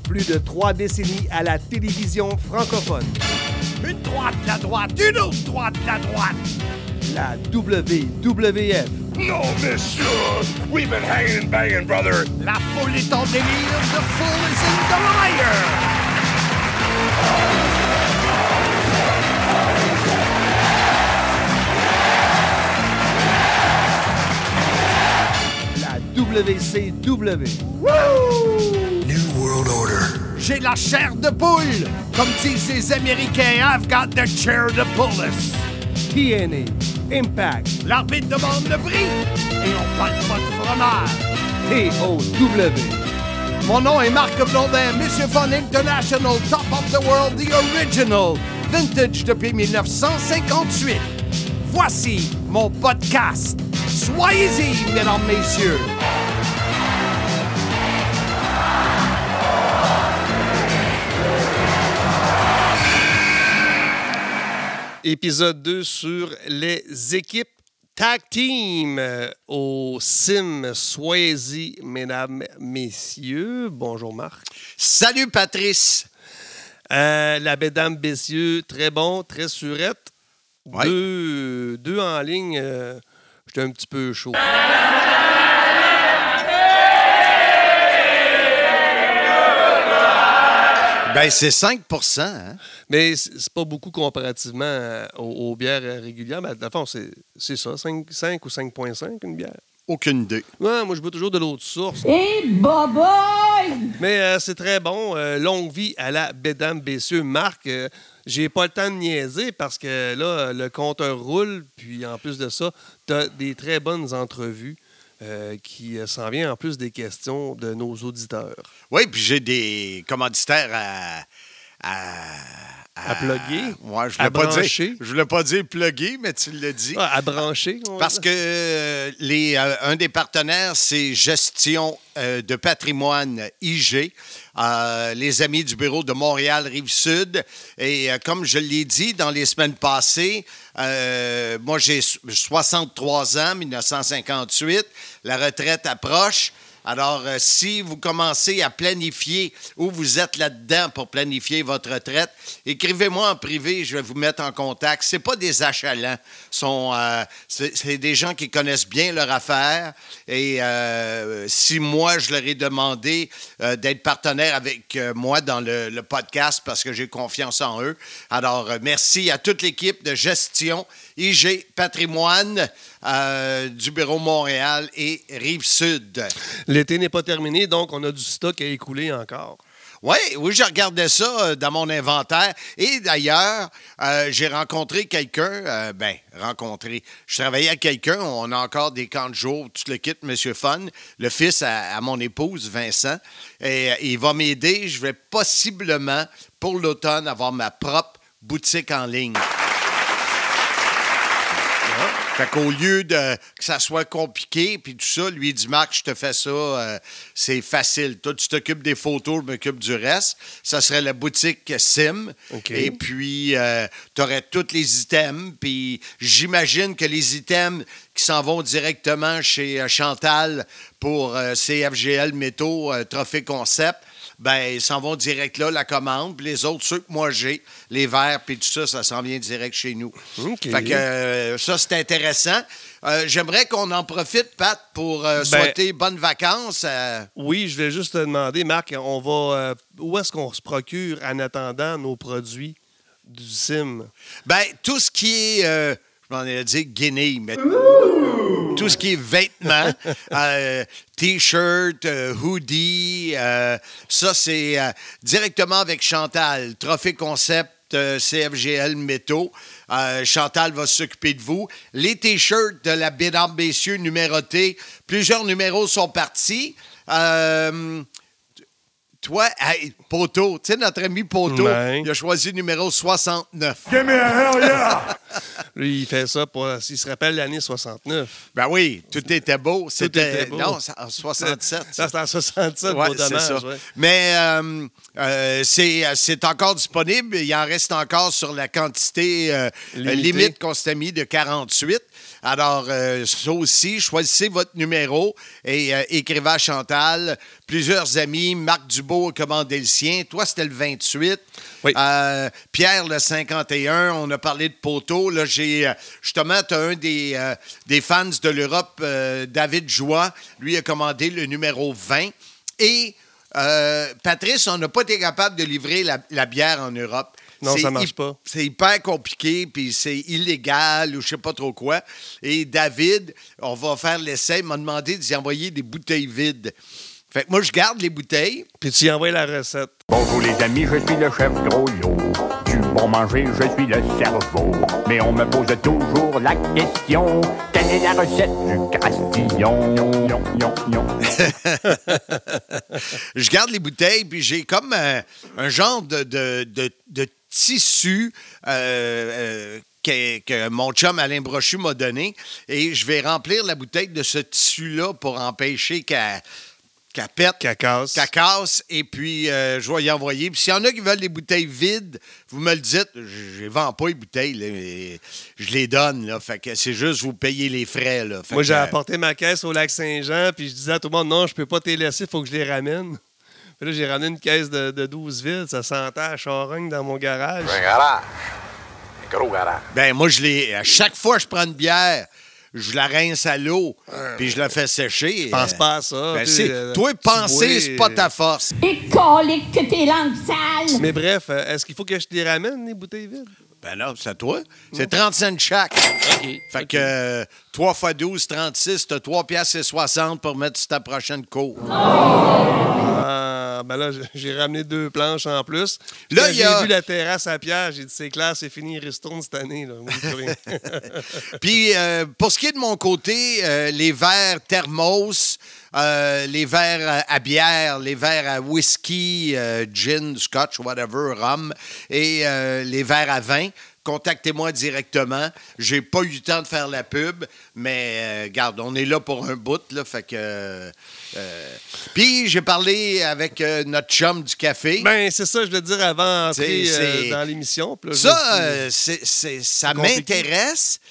Plus de 3 décennies à la télévision francophone. Une droite, la droite, une autre droite, la droite. La WWF. No, monsieur! We've been hanging and banging, brother! La foule est en délire, the fool is in the liar! La WCW. Woo! New World Order. J'ai la chair de poule! Comme disent les Américains, I've got the chair to pull us! TNA. Impact. L'arbitre demande le prix et on parle pas de fromage. TOW. Mon nom est Marc Blondin, Monsieur Fun International, Top of the World, the original, vintage depuis 1958. Voici mon podcast. Soyez-y, mesdames, messieurs. Épisode 2 sur les équipes tag team au Sim. Soyez-y, mesdames, messieurs. Bonjour, Marc. Salut, Patrice. La mesdames, messieurs, très bon, très surette. Ouais. Deux en ligne, j'étais un petit peu chaud. Ben, c'est 5%. Hein? Mais c'est pas beaucoup comparativement aux bières régulières. Mais à la fin, c'est ça, 5 ou 5,5 une bière. Aucune idée. Ouais, moi, je bois toujours de l'eau de source. Et boboy! Mais c'est très bon. Longue vie à la mesdames, messieurs. Marc, j'ai pas le temps de niaiser parce que là, le compteur roule. Puis en plus de ça, tu as des très bonnes entrevues qui s'en viennent en plus des questions de nos auditeurs. Oui, puis j'ai des commanditaires À plugger? Ouais, À brancher? Je voulais pas dire plugger, mais tu l'as dit. Ah, à brancher? Parce que un des partenaires, c'est Gestion de patrimoine IG, les amis du bureau de Montréal Rive-Sud. Et comme je l'ai dit dans les semaines passées, moi j'ai 63 ans, 1958, la retraite approche. Alors, si vous commencez à planifier ou vous êtes là-dedans pour planifier votre retraite, écrivez-moi en privé, je vais vous mettre en contact. Ce pas des achalants, c'est des gens qui connaissent bien leur affaire. Et si moi, je leur ai demandé d'être partenaire avec moi dans le podcast parce que j'ai confiance en eux. Alors, merci à toute l'équipe de gestion IG Patrimoine du bureau Montréal et Rive-Sud. L'été n'est pas terminé, donc on a du stock à écouler encore. Oui, je regardais ça dans mon inventaire. Et d'ailleurs, j'ai rencontré quelqu'un. Je travaillais avec quelqu'un. On a encore des camps de jour, tout le kit, Monsieur Fun, le fils à mon épouse, Vincent. Et il va m'aider. Je vais possiblement, pour l'automne, avoir ma propre boutique en ligne. Fait qu'au lieu que ça soit compliqué, puis tout ça, lui, il dit, Marc, je te fais ça, c'est facile. Toi, tu t'occupes des photos, je m'occupe du reste. Ça serait la boutique Sim. Okay. Et puis, tu aurais tous les items. Puis, j'imagine que les items qui s'en vont directement chez Chantal pour CFGL Métaux, Trophée Concept, ben ils s'en vont direct là, la commande. Puis les autres, ceux que moi j'ai, les verres, puis tout ça, ça s'en vient direct chez nous. Okay. Fait que ça, c'est intéressant. J'aimerais qu'on en profite, Pat, pour souhaiter bonnes vacances. Oui, je vais juste te demander, Marc, on va où est-ce qu'on se procure en attendant nos produits du Sim? Ben, tout ce qui est, je m'en ai dit guinée, mais tout ce qui est vêtements, T-shirt, hoodie, ça, c'est directement avec Chantal. Trophée Concept, CFGL Métaux. Chantal va s'occuper de vous. Les T-shirts de la Mesdames, Messieurs numérotés, plusieurs numéros sont partis. Toi, hey, Poto, tu sais, notre ami Poto, Ouais. il a choisi le numéro 69. Give me a hell yeah! Lui, il fait ça s'il se rappelle l'année 69. Ben oui, tout était beau. était beau. Non, c'est en 67. Ça, c'est en 67, Ouais, beau c'est dommage. ça. Ouais. Mais c'est encore disponible. Il en reste encore sur la quantité limite qu'on s'était mis de 48. Alors, ça aussi, choisissez votre numéro et écrivez à Chantal. Plusieurs amis, Marc Dubois a commandé le sien. Toi, c'était le 28. Oui. Pierre, le 51. On a parlé de poteau. Là, justement, tu as un des fans de l'Europe, David Joie. Lui a commandé le numéro 20. Et Patrice, on n'a pas été capable de livrer la bière en Europe. Non, ça marche pas. C'est hyper compliqué, puis c'est illégal ou je sais pas trop quoi. Et David, on va faire l'essai, m'a demandé d'y envoyer des bouteilles vides. Fait que moi, je garde les bouteilles. Puis tu y envoies la recette. Bonjour les amis, je suis le chef Drôlot. Du bon manger, je suis le cerveau. Mais on me pose toujours la question, quelle est la recette du Castillon? Je garde les bouteilles, puis j'ai comme un genre de tissu que mon chum Alain Brochu m'a donné. Et je vais remplir la bouteille de ce tissu-là pour empêcher qu'elle pète. Qu'elle casse. Qu'elle casse. Et puis, je vais y envoyer. Puis s'il y en a qui veulent des bouteilles vides, vous me le dites. Je ne vends pas les bouteilles, là, mais je les donne. Là, fait que c'est juste vous payer les frais. Là. Fait Moi, que, j'ai apporté ma caisse au lac Saint-Jean, puis je disais à tout le monde, non, je peux pas te les laisser, il faut que je les ramène. Puis là, j'ai ramené une caisse de 12 vides. Ça sentait à charogne dans mon garage. Un garage. Un gros garage. ben moi, à chaque fois que je prends une bière, je la rince à l'eau, puis je la fais sécher. Pense pas à ça. Ben, tu sais, toi, tu penser, bois, c'est pas ta force. Et colique que tes langues sales! Mais bref, est-ce qu'il faut que je te les ramène, les bouteilles vides? Ben là, c'est à toi. C'est 30 cents chaque. Fait que 3 x 12, 36, t'as 3,60 $ pour mettre sur ta prochaine cour. Ah, ben là, j'ai ramené 2 planches en plus. Puis Là, quand il y a- j'ai vu la terrasse à Pierre, j'ai dit, c'est clair, c'est fini, il ristourne cette année. Là. Moi, j'ai plus rien. Puis, pour ce qui est de mon côté, les verres thermos, les verres à bière, les verres à whisky, gin, scotch, whatever, rhum, et les verres à vin, contactez-moi directement. J'ai pas eu le temps de faire la pub, mais regarde, on est là pour un bout, là, fait que... Puis, j'ai parlé avec notre chum du café. Ben, c'est ça, je voulais dire avant d'entrer C'est- dans l'émission. Puis là, je Ça, me suis- ça compliqué. m'intéresse,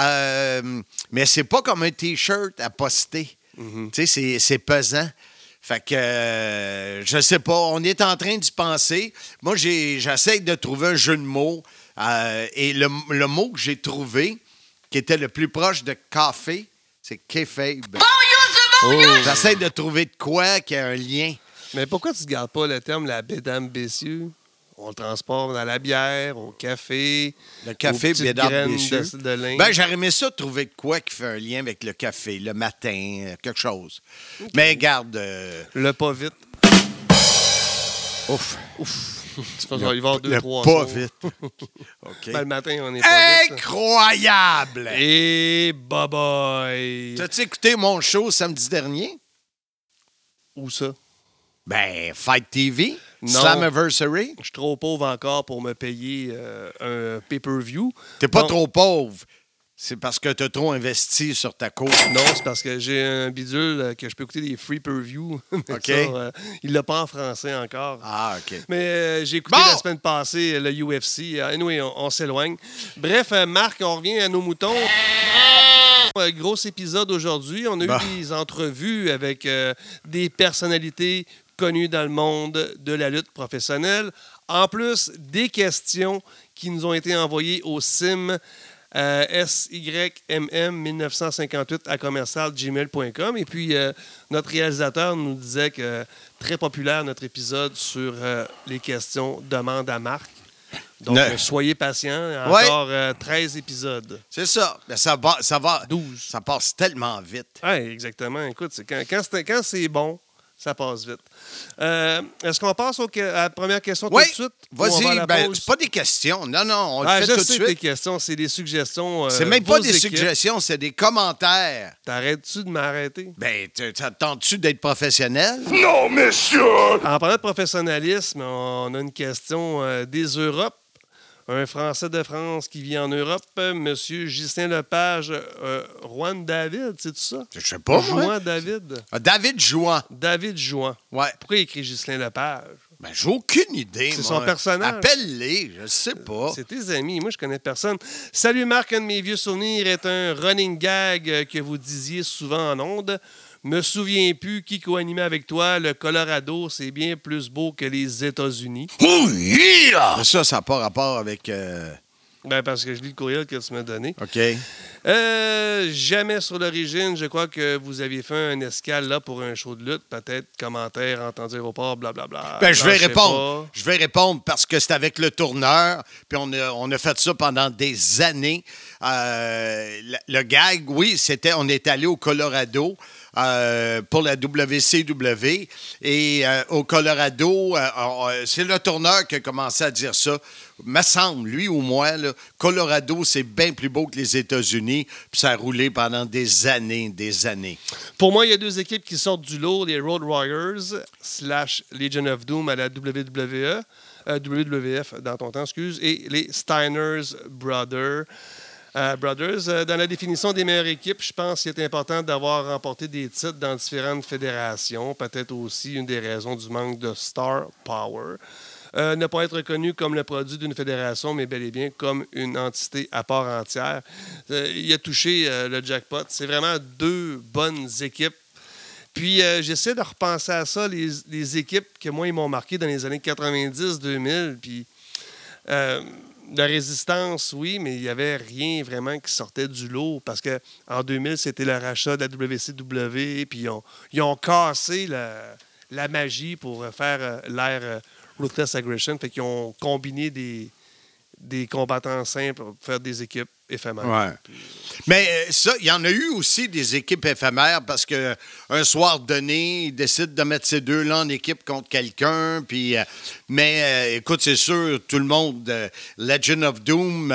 mais c'est pas comme un T-shirt à poster. Tu sais, c'est pesant. Fait que, je sais pas, on est en train d'y penser. Moi, j'essaie de trouver un jeu de mots. Et le mot que j'ai trouvé, qui était le plus proche de café, c'est kayfabe. J'essaie de trouver de quoi qui a un lien. Mais pourquoi tu ne gardes pas le terme la bédame Bessieux? On le transporte dans la bière, au café. Le café, aux petites bédame graines Bessieux. de lin. Ben, j'aurais aimé ça trouver de quoi qui fait un lien avec le café, le matin, quelque chose. Mais garde. Le pas vite. Ouf. Tu penses qu'il va y avoir 2-3 Le jours. pas vite. OK. Ben, le matin, on est pas vite. Incroyable! Et bye-bye! T'as-tu écouté mon show samedi dernier? Où ça? Ben, Fight TV, Non. Slammiversary. Je suis trop pauvre encore pour me payer un pay-per-view. T'es pas Non. trop pauvre. C'est parce que t'as trop investi sur ta cour. Non, c'est parce que j'ai un bidule que je peux écouter des free per-view. Mais OK. ça, il l'a pas en français encore. Ah, OK. Mais j'ai écouté Bon! la semaine passée le UFC. Anyway, on s'éloigne. Bref, Marc, on revient à nos moutons. Gros épisode aujourd'hui. On a Bah. eu des entrevues avec des personnalités connues dans le monde de la lutte professionnelle. En plus, des questions qui nous ont été envoyées au SIM SYMM1958 @gmail.com. Et puis, notre réalisateur nous disait que très populaire notre épisode sur les questions demande à Marc. Donc, soyez patients. Ouais. Encore 13 épisodes. C'est ça. Ben, ça va. 12. Ça passe tellement vite. Oui, exactement. Écoute, quand c'est bon, ça passe vite. Est-ce qu'on passe à la première question Oui, tout de suite? Ou on va à vas-y. la Ben, pause? c'est pas des questions. Non, on le Ah, fait je tout de sais suite. tes questions, c'est des suggestions. C'est même pas vos des équipes. suggestions, c'est des commentaires. T'arrêtes-tu de m'arrêter? Ben, t'attends-tu d'être professionnel? Non, monsieur! En parlant de professionnalisme, on a une question des Europes. Un Français de France qui vit en Europe, Monsieur Ghislain Lepage, Juan David, c'est tout ça? Je sais pas, moi. Juan David. Ah, David Jouan. David Jouan. Ouais. Pourquoi il écrit Ghislain Lepage? Ben, j'ai aucune idée. C'est moi. son personnage. Appelle-les, je sais pas. C'est tes amis. Moi, je connais personne. Salut Marc, un de mes vieux souvenirs est un running gag que vous disiez souvent en ondes. Me souviens plus qui co-animait avec toi. Le Colorado, c'est bien plus beau que les États-Unis. Oh yeah! Mais ça n'a pas rapport avec... Ben, parce que je lis le courriel que tu m'as donné. OK. Jamais sur l'origine. Je crois que vous aviez fait un escale là pour un show de lutte. Peut-être commentaire, entendu aéroport, blablabla. Ben, je vais Non, sais répondre. pas. Je vais répondre parce que c'est avec le tourneur, puis on a fait ça pendant des années. Le gag, oui, on est allé au Colorado pour la WCW. Et au Colorado, c'est le tourneur qui a commencé à dire ça. Me semble, lui ou moi, là, Colorado, c'est bien plus beau que les États-Unis. Puis ça a roulé pendant des années, des années. Pour moi, il y a deux équipes qui sortent du lot, les Road Warriors / Legion of Doom à la WWE, WWF dans ton temps, excuse, et les Steiners Brothers. Dans la définition des meilleures équipes, je pense qu'il est important d'avoir remporté des titres dans différentes fédérations. Peut-être aussi une des raisons du manque de star power. Ne pas être reconnu comme le produit d'une fédération, mais bel et bien comme une entité à part entière. Il a touché le jackpot. C'est vraiment deux bonnes équipes. Puis, j'essaie de repenser à ça, les équipes que moi, ils m'ont marqué dans les années 90-2000. Puis, la résistance, oui, mais il n'y avait rien vraiment qui sortait du lot parce qu'en 2000, c'était le rachat de la WCW. Puis, ils ont cassé la magie pour faire l'ère Ruthless Aggression. Fait qu'ils ont combiné des combattants simples pour faire des équipes éphémères. Ouais. Mais ça, il y en a eu aussi des équipes éphémères parce qu'un soir donné, ils décident de mettre ces deux-là en équipe contre quelqu'un. Puis, mais écoute, c'est sûr, tout le monde, Legion of Doom,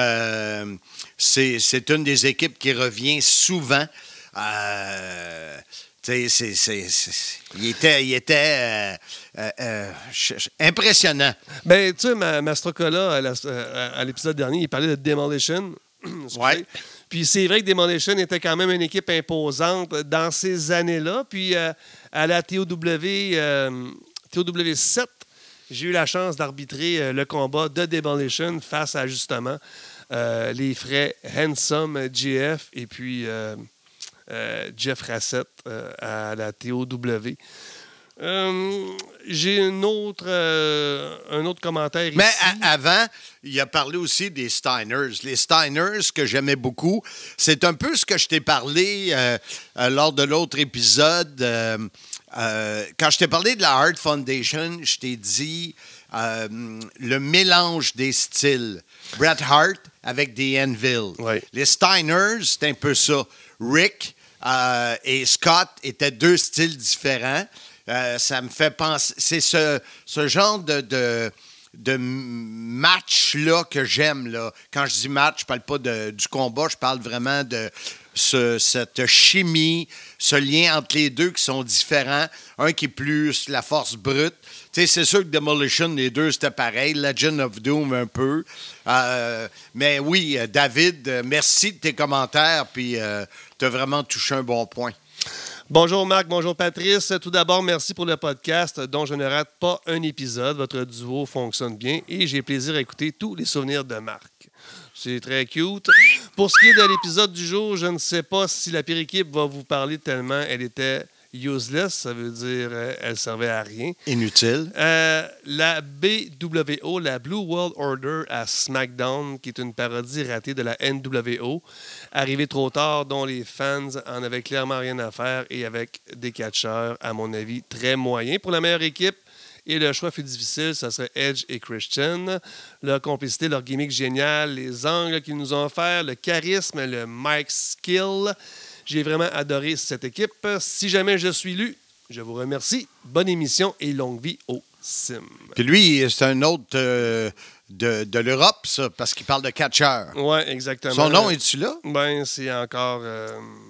c'est une des équipes qui revient souvent. Il était impressionnant. Ben, tu sais, Mastrocola, à l'épisode dernier, il parlait de Demolition. Ouais. Puis c'est vrai que Demolition était quand même une équipe imposante dans ces années-là. Puis à la TOW 7, j'ai eu la chance d'arbitrer le combat de Demolition face à, justement, les frères Handsome GF et puis Jeff Rassett à la TOW. J'ai un autre commentaire ici. Mais avant, il a parlé aussi des Steiners. Les Steiners, que j'aimais beaucoup, c'est un peu ce que je t'ai parlé lors de l'autre épisode. Quand je t'ai parlé de la Hart Foundation, je t'ai dit le mélange des styles. Bret Hart avec des Anvil. Ouais. Les Steiners, c'est un peu ça. Rick et Scott étaient deux styles différents. Ça me fait penser... C'est ce genre de match-là que j'aime. Là. Quand je dis match, je ne parle pas du combat, je parle vraiment de cette chimie, ce lien entre les deux qui sont différents. Un qui est plus la force brute. Tu sais, c'est sûr que Demolition, les deux, c'était pareil. Legend of Doom, un peu. Mais oui, David, merci de tes commentaires, puis tu as vraiment touché un bon point. Bonjour Marc, bonjour Patrice. Tout d'abord, merci pour le podcast dont je ne rate pas un épisode. Votre duo fonctionne bien et j'ai plaisir à écouter tous les souvenirs de Marc. C'est très cute. Pour ce qui est de l'épisode du jour, je ne sais pas si la pire équipe va vous parler tellement elle était useless, ça veut dire elle servait à rien. Inutile. La BWO, la Blue World Order à SmackDown, qui est une parodie ratée de la NWO, arrivée trop tard, dont les fans en avaient clairement rien à faire et avec des catcheurs, à mon avis, très moyens. Pour la meilleure équipe, et le choix fut difficile, ça serait Edge et Christian. Leur complicité, leur gimmick génial, les angles qu'ils nous ont offerts, le charisme, le mic skill. J'ai vraiment adoré cette équipe. Si jamais je suis lu, je vous remercie. Bonne émission et longue vie au Sim. Puis lui, c'est un autre de l'Europe, ça, parce qu'il parle de catcheur. Oui, exactement. Son nom, es-tu là? Ben, c'est encore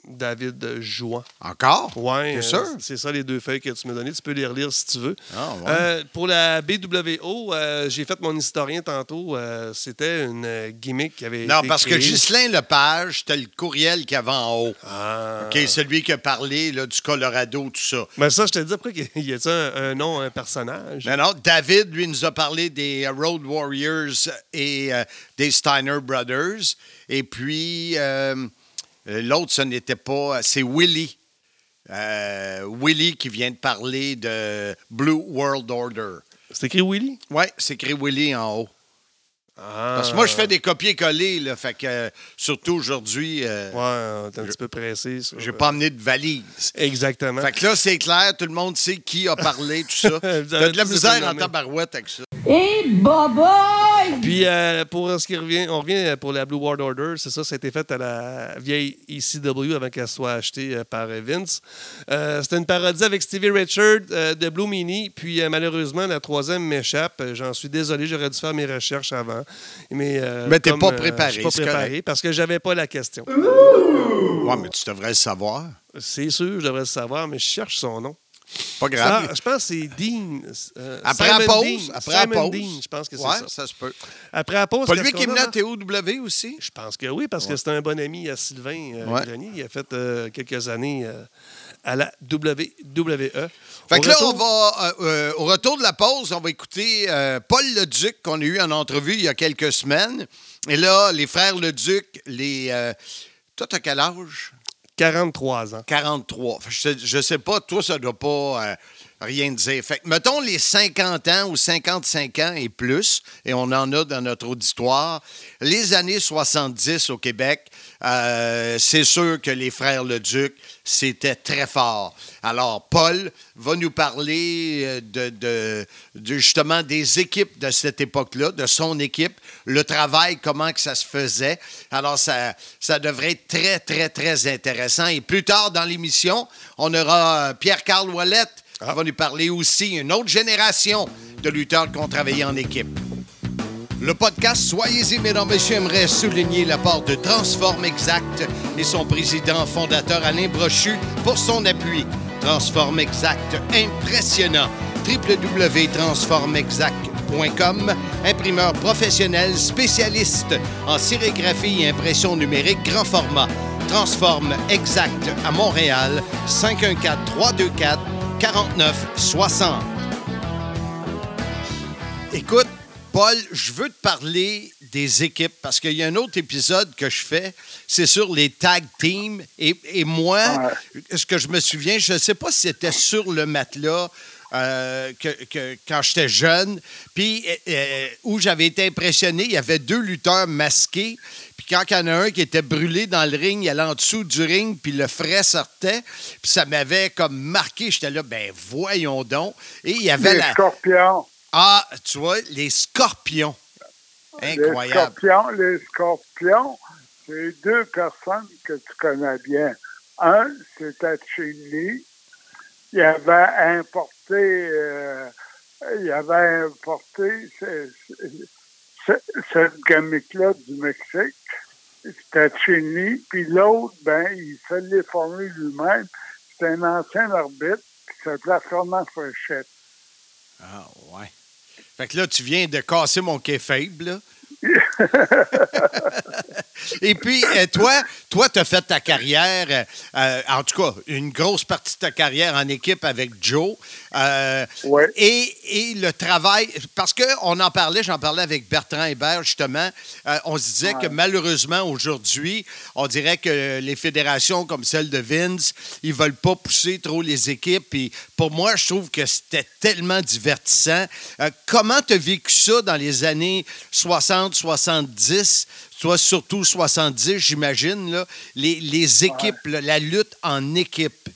David Jouan. Encore? Oui, T'es sûr? c'est ça les deux feuilles que tu m'as données. Tu peux les relire si tu veux. Ah, ouais. Pour la BWO, j'ai fait mon historien tantôt. C'était une gimmick qui avait Non, été parce que créée. Ghislain Lepage, t'as le courriel qu'il y avait en haut. Ah. OK, celui qui a parlé là, du Colorado, tout ça. Mais ça, je te dis, après, il y a un nom, un personnage. Non, David, lui, nous a parlé des Road Warriors et des Steiner Brothers. Et puis, l'autre, ce n'était pas... C'est Willie. Willie qui vient de parler de Blue World Order. C'est écrit Willy? Oui, c'est écrit Willie en haut. Ah. Parce que moi, je fais des copier-coller, là, fait que surtout aujourd'hui, Ouais, t'es un petit peu pressé. j'ai pas emmené de valise. Exactement. Fait que là, c'est clair, tout le monde sait qui a parlé, tout ça. T'as de la tous misère été en nommés. tabarouette avec ça. Et boboy! Puis, pour ce qui revient, on revient pour la Blue World Order. C'est ça, ça a été fait à la vieille ECW avant qu'elle soit achetée par Vince. C'était une parodie avec Stevie Richards de Blue Meanie. Puis, malheureusement, la troisième m'échappe. J'en suis désolé, j'aurais dû faire mes recherches avant. Mais t'es comme, pas préparé, je suis pas c'est préparé correct. parce que j'avais pas la question. Ouais, mais tu devrais le savoir. C'est sûr, je devrais le savoir, mais je cherche son nom. Pas grave. Je pense que c'est Dean. Après Simon la pause, Dean. après la Simon pause. Dean, je pense que c'est Ouais, ça. ça se peut. Après la pause, Pas qu'est-ce lui qui est qu'on venu a, à TOW aussi? Je pense que oui, parce que c'est un bon ami à Sylvain Ouais. Grenier. Il a fait quelques années à la WWE. Fait Au que là, retour- on va, au retour de la pause, on va écouter Paul Leduc, qu'on a eu en entrevue il y a quelques semaines. Et là, les frères Leduc, toi, t'as quel âge? 43 ans. 43. Je sais pas, toi, ça doit pas rien dire. Fait que, mettons les 50 ans ou 55 ans et plus, et on en a dans notre auditoire, les années 70 au Québec, c'est sûr que les frères Leduc, c'était très fort. Alors, Paul va nous parler de justement des équipes de cette époque-là, de son équipe, le travail, comment que ça se faisait. Alors, ça devrait être très, très, très intéressant. Et plus tard dans l'émission, on aura Pierre-Carl Ouellette qui va nous parler aussi une autre génération de lutteurs qui ont travaillé en équipe. Le podcast Soyez-y, mesdames, messieurs, aimerait souligner l'apport de Transform Exact et son président fondateur Alain Brochu pour son appui. Transform Exact, impressionnant. www.transformexact.com, imprimeur professionnel spécialiste en sérigraphie et impression numérique grand format. Transform Exact à Montréal, 514-324-4960. Écoute, Paul, je veux te parler des équipes parce qu'il y a un autre épisode que je fais, c'est sur les tag teams. Et moi, ce que je me souviens, je ne sais pas si c'était sur le matelas quand j'étais jeune, puis où j'avais été impressionné, il y avait 2 lutteurs masqués. Puis quand il y en a un qui était brûlé dans le ring, il allait en dessous du ring, puis le frais sortait. Puis ça m'avait comme marqué. J'étais là, ben voyons donc. Et il y avait Les Scorpions. Ah, tu vois, les Scorpions. Incroyable. Les Scorpions, c'est 2 personnes que tu connais bien. Un, c'était Chili. Il avait importé cette gimmick-là du Mexique. C'était Chili. Puis l'autre, il se l'est formé lui-même. C'était un ancien arbitre qui s'appelait Fernand Fréchette. Ah, ouais. Fait que là, tu viens de casser mon kayfabe, là. Et puis, toi, tu as fait ta carrière, en tout cas, une grosse partie de ta carrière en équipe avec Joe. Ouais. Et le travail, parce qu'on en parlait, j'en parlais avec Bertrand Hébert, justement, on se disait que malheureusement, aujourd'hui, on dirait que les fédérations comme celle de Vince, ils veulent pas pousser trop les équipes. Et pour moi, je trouve que c'était tellement divertissant. Comment tu as vécu ça dans les années 60, 70, soit surtout 70, j'imagine, là, les équipes, là, la lutte en équipe?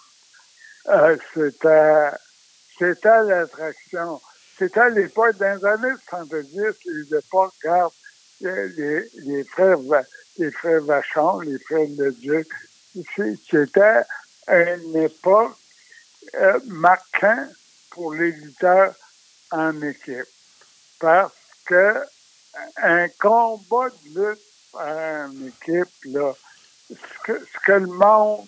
C'était l'attraction. C'était l'époque, dans les années 70, les époques, regarde, les frères Vachon, les frères Leduc, c'était une époque marquante pour les lutteurs en équipe. Parce que un combat de lutte en équipe, là, ce que le monde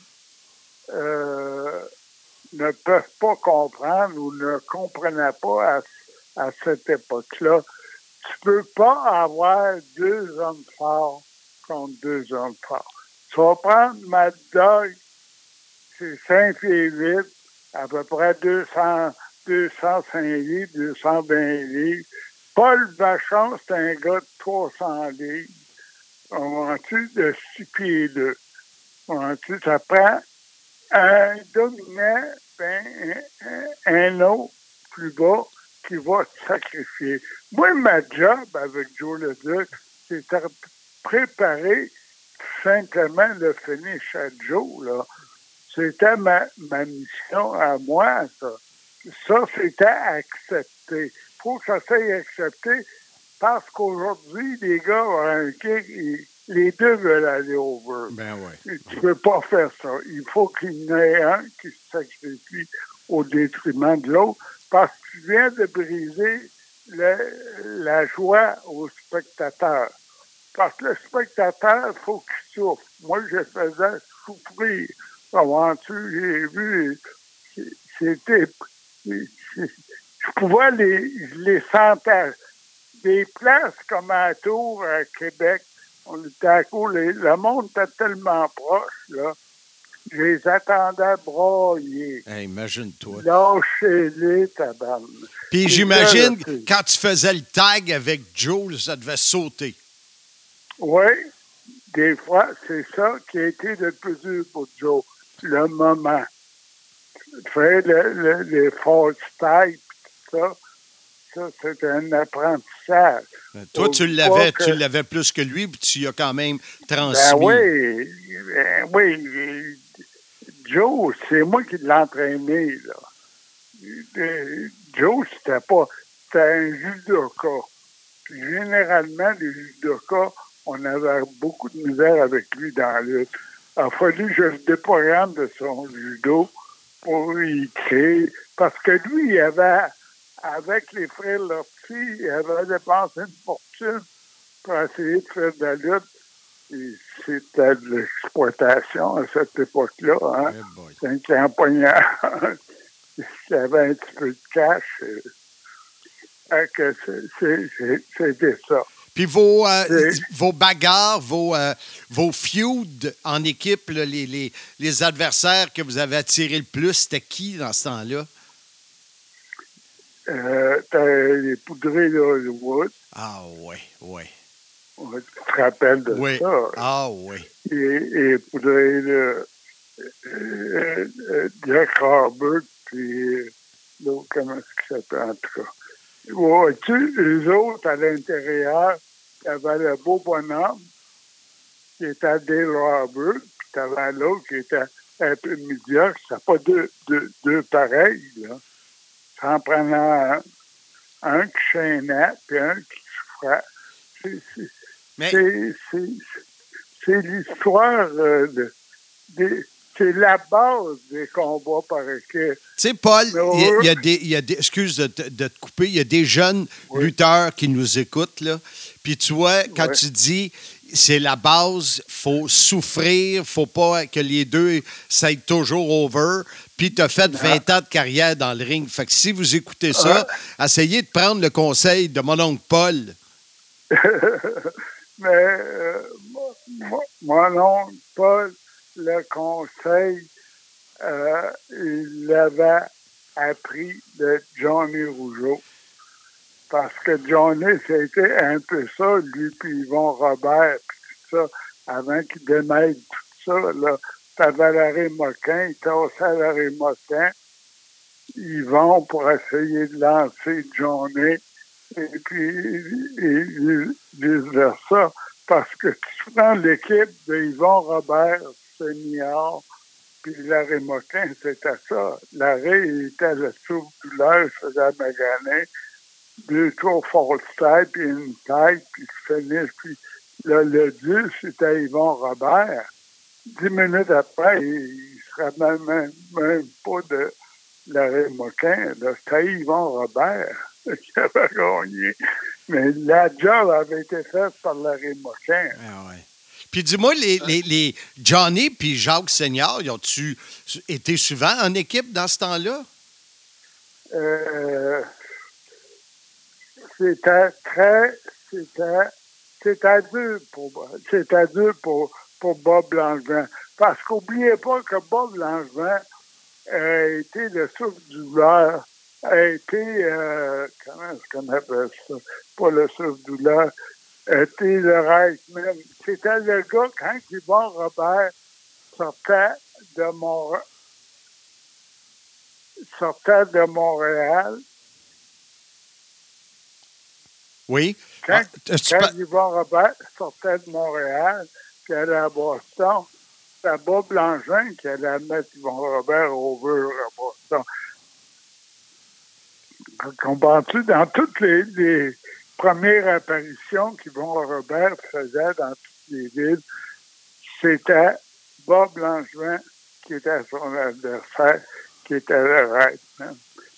ne peut pas comprendre ou ne comprenait pas à cette époque-là, tu peux pas avoir 2 hommes forts contre 2 hommes forts. Tu vas prendre Mad Dog, c'est 5 pieds 8, à peu près 205 livres, 220 livres. Paul Vachon, c'est un gars de 300 livres. Comprends-tu? De 6 pieds 2. Comprends-tu? Ça prend un dominant, un autre plus bas qui va te sacrifier. Moi, ma job avec Joe Leduc, c'était préparer tout simplement le finish à Joe, là. C'était ma mission à moi, ça. Ça, c'était accepté. Il faut que ça soit accepté parce qu'aujourd'hui, les gars ont un kick, les deux veulent aller over. Ben ouais. Tu ne peux pas faire ça. Il faut qu'il y en ait un qui se sacrifie au détriment de l'autre parce que tu viens de briser la joie aux spectateurs. Parce que le spectateur, il faut qu'il souffre. Moi, je faisais souffrir. Comment-tu, j'ai vu, c'était... Je pouvais les sentir. Des places comme à Tours, à Québec, on était à côté, le monde était tellement proche, là. Je les attendais broyer. Hey, imagine-toi. Lâchez-les, tabarnak. Puis j'imagine, quand tu faisais le tag avec Joe, ça devait sauter. Oui, des fois, c'est ça qui a été le plus dur pour Joe, le moment. Faire les false types, tout ça. Ça, c'est un apprentissage. Toi, tu l'avais plus que lui, puis tu y as quand même transmis. Ben oui. Joe, c'est moi qui l'ai entraîné, là. Joe, c'était un judoka. Puis généralement, les judokas, on avait beaucoup de misère avec lui dans la lutte. Il a fallu que je le déprogramme de son judo pour y créer. Parce que lui, il avait... Avec les frères Lortie, il avait dépensé une fortune pour essayer de faire de la lutte. Et c'était de l'exploitation à cette époque-là. Hein? C'est un campagnard qui avait un petit peu de cash. C'était ça. Puis vos bagarres, vos feuds en équipe, là, les adversaires que vous avez attirés le plus, c'était qui dans ce temps-là? T'as les poudrés de Hollywood. Ah oui. Tu te rappelles de ça? Ah oui. Et poudrés de Jack Harburg, puis l'autre, comment est-ce qu'il s'appelle en tout cas? Vois-tu, eux autres, à l'intérieur, il y avait le beau bonhomme qui était Dale Harburg, puis tu avais l'autre qui était un peu médiocre. C'était pas deux pareils, là. Ça en prenant un qui chaînait, puis un qui souffrait. C'est l'histoire c'est la base des combats par équipe. Tu sais, Paul, il y a des excuse de te couper, il y a des jeunes lutteurs qui nous écoutent, là. Puis tu vois, quand tu dis c'est la base, faut souffrir, faut pas que les deux soient toujours over. Puis tu as fait 20 ans de carrière dans le ring. Fait que si vous écoutez ça, essayez de prendre le conseil de mon oncle Paul. Mais mon oncle Paul, le conseil, il l'avait appris de Johnny Rougeau. Parce que Johnny, c'était un peu ça, lui puis Yvon Robert, puis tout ça, avant qu'il démêle tout ça, là. T'avais Larry Moquin, il tassait Larry Moquin. Ils vont pour essayer de lancer Johnny, et puis vice-versa. Parce que tu prends l'équipe de Yvon Robert, Senior, puis Larry Moquin, c'était ça. Larry, il était le souffle-douleur, il faisait maganer, 2 tours false type, puis une tête, puis finish, puis le 10, c'était Yvon Robert. 10 minutes après, il ne serait même pas de Larry Moquin. C'était Yvon Robert qui avait gagné. Mais la job avait été faite par Larry Moquin. Ah ouais. Puis dis-moi, les Johnny puis Jacques Senior, ils ont-tu été souvent en équipe dans ce temps-là? C'était dur pour Bob Langevin. Parce qu'oubliez pas que Bob Langevin a été le souffle du douleur, a été, comment est-ce qu'on appelle ça? Pas le souffle du douleur, a été le Reichman. C'était le gars, quand Yvon Robert sortait de Montréal. Oui. Quand Yvon Robert sortait de Montréal, puis allait à Boston, c'est Bob Langevin qui allait mettre Yvon Robert over à Boston. Comprends-tu? Dans toutes les premières apparitions qu'Yvon Robert faisait dans toutes les villes, c'était Bob Langevin qui était son adversaire, qui était le Reichman.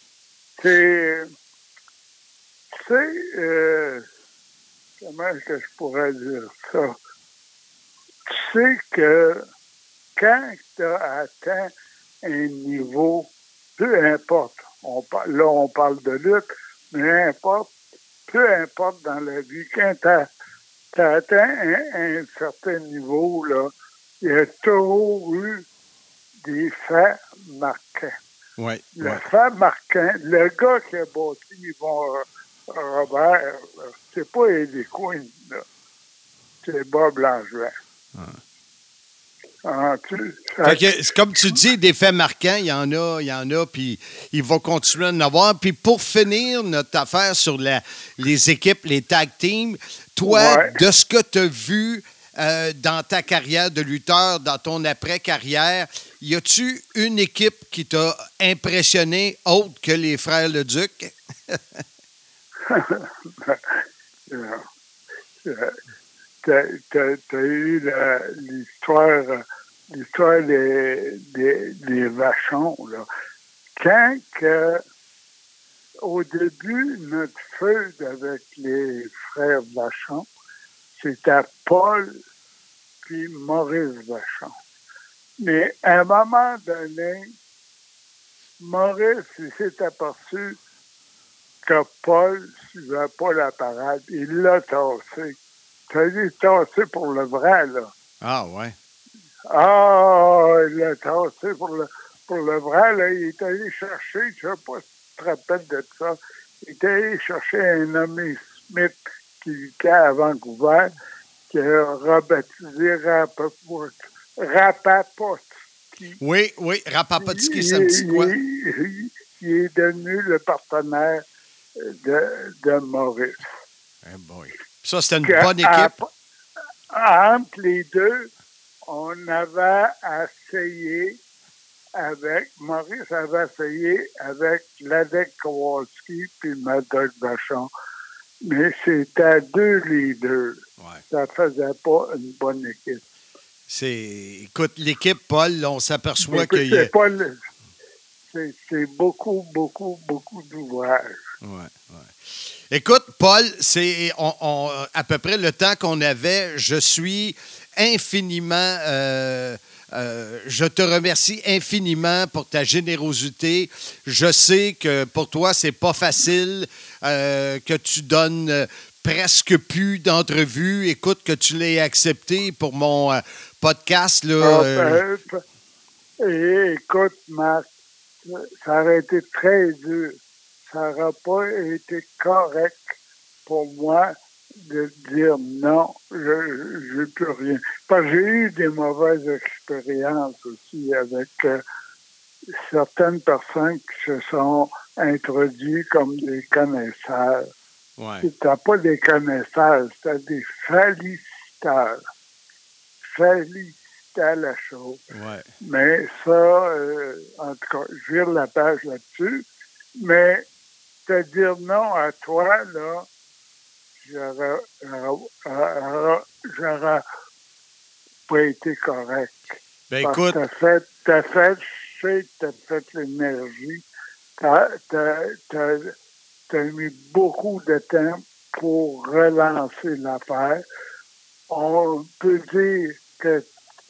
Comment est-ce que je pourrais dire ça? Tu sais que quand tu as atteint un niveau, peu importe, on parle de lutte, mais peu importe dans la vie, quand tu as atteint un certain niveau, là, il y a toujours eu des faits marquants. Ouais, le fait marquant, le gars qui a bâti Yvon Robert, c'est pas Eddie Quinn, là. C'est Bob Langevin. Comme tu dis, des faits marquants, il y en a, puis il va continuer à en avoir. Puis pour finir notre affaire sur les équipes, les tag teams, toi, de ce que tu as vu dans ta carrière de lutteur, dans ton après-carrière, y a-tu une équipe qui t'a impressionné autre que les Frères Leduc? T'as eu l'histoire des vachons, là. Au début, notre feud avec les frères Vachon, c'était Paul puis Maurice Vachon. Mais à un moment donné, Maurice s'est aperçu que Paul ne suivait pas la parade. Il l'a tassé. C'est-à-dire tassé pour le vrai, là. Ah, ouais. Ah, il l'a tassé pour le vrai, là. Il est allé chercher, je ne sais pas si tu te rappelles de ça, il est allé chercher un nommé Smith qui était à Vancouver, qui a rebaptisé Rapapotski. Oui, Rapapotski, ça me dit quoi? Il est devenu le partenaire de Maurice. Eh boy. Ça, c'était une bonne équipe. Entre les deux, on avait essayé Maurice avait essayé avec Ladek Kowalski puis Mad-Dog Vachon. Mais c'était deux leaders. Ouais. Ça faisait pas une bonne équipe. Écoute, l'équipe, Paul, là, on s'aperçoit que c'est beaucoup d'ouvrages. Ouais. Écoute, Paul, c'est à peu près le temps qu'on avait. Je suis infiniment... je te remercie infiniment pour ta générosité. Je sais que pour toi, c'est pas facile, que tu donnes presque plus d'entrevues. Écoute, que tu l'aies accepté pour mon podcast. Là, écoute, Marc, ça aurait été très dur. Ça n'aurait pas été correct pour moi de dire non, je n'ai plus rien. Parce que j'ai eu des mauvaises expériences aussi avec certaines personnes qui se sont introduites comme des connaisseurs. Ouais. C'était pas des connaisseurs, c'était des féliciteurs. Félicitaient la chose. Ouais. Mais ça, en tout cas, je vire la page là-dessus. Mais te dire non à toi, là, j'aurais pas été correct. Ben écoute, t'as fait l'énergie, t'as mis beaucoup de temps pour relancer l'affaire. on peut dire que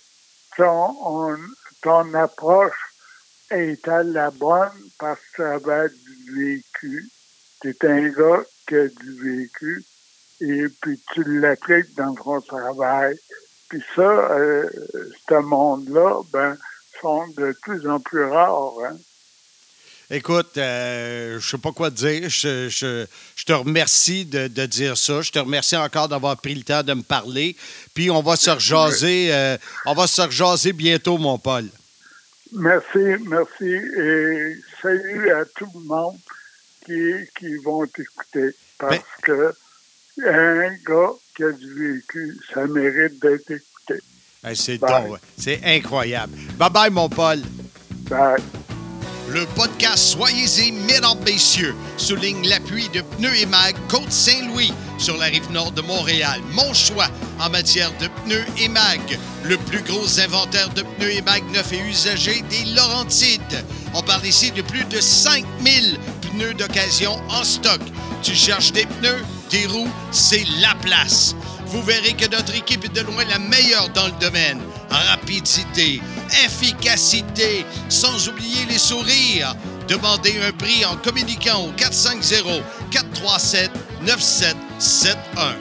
ton approche était la bonne parce que tu avais du vécu. Tu es un gars qui a du vécu et puis tu l'appliques dans ton travail. Puis ça, ce monde-là, sont de plus en plus rares. Hein? Écoute, je sais pas quoi te dire. Je te remercie de dire ça. Je te remercie encore d'avoir pris le temps de me parler. Puis on va se rejaser bientôt, mon Paul. Merci. Et salut à tout le monde qui vont t'écouter. Parce que un gars qui a du vécu, ça mérite d'être écouté. C'est incroyable. Bye-bye, mon Paul. Bye. Le podcast Soyez-y, mesdames, messieurs, souligne l'appui de Pneus et Mag Côte-Saint-Louis sur la rive nord de Montréal. Mon choix en matière de pneus et mag. Le plus gros inventaire de pneus et mag neufs et usagés des Laurentides. On parle ici de plus de 5000 pneus d'occasion en stock. Tu cherches des pneus, des roues, c'est la place. Vous verrez que notre équipe est de loin la meilleure dans le domaine. Rapidité, efficacité, sans oublier les sourires. Demandez un prix en communiquant au 450-437-9771.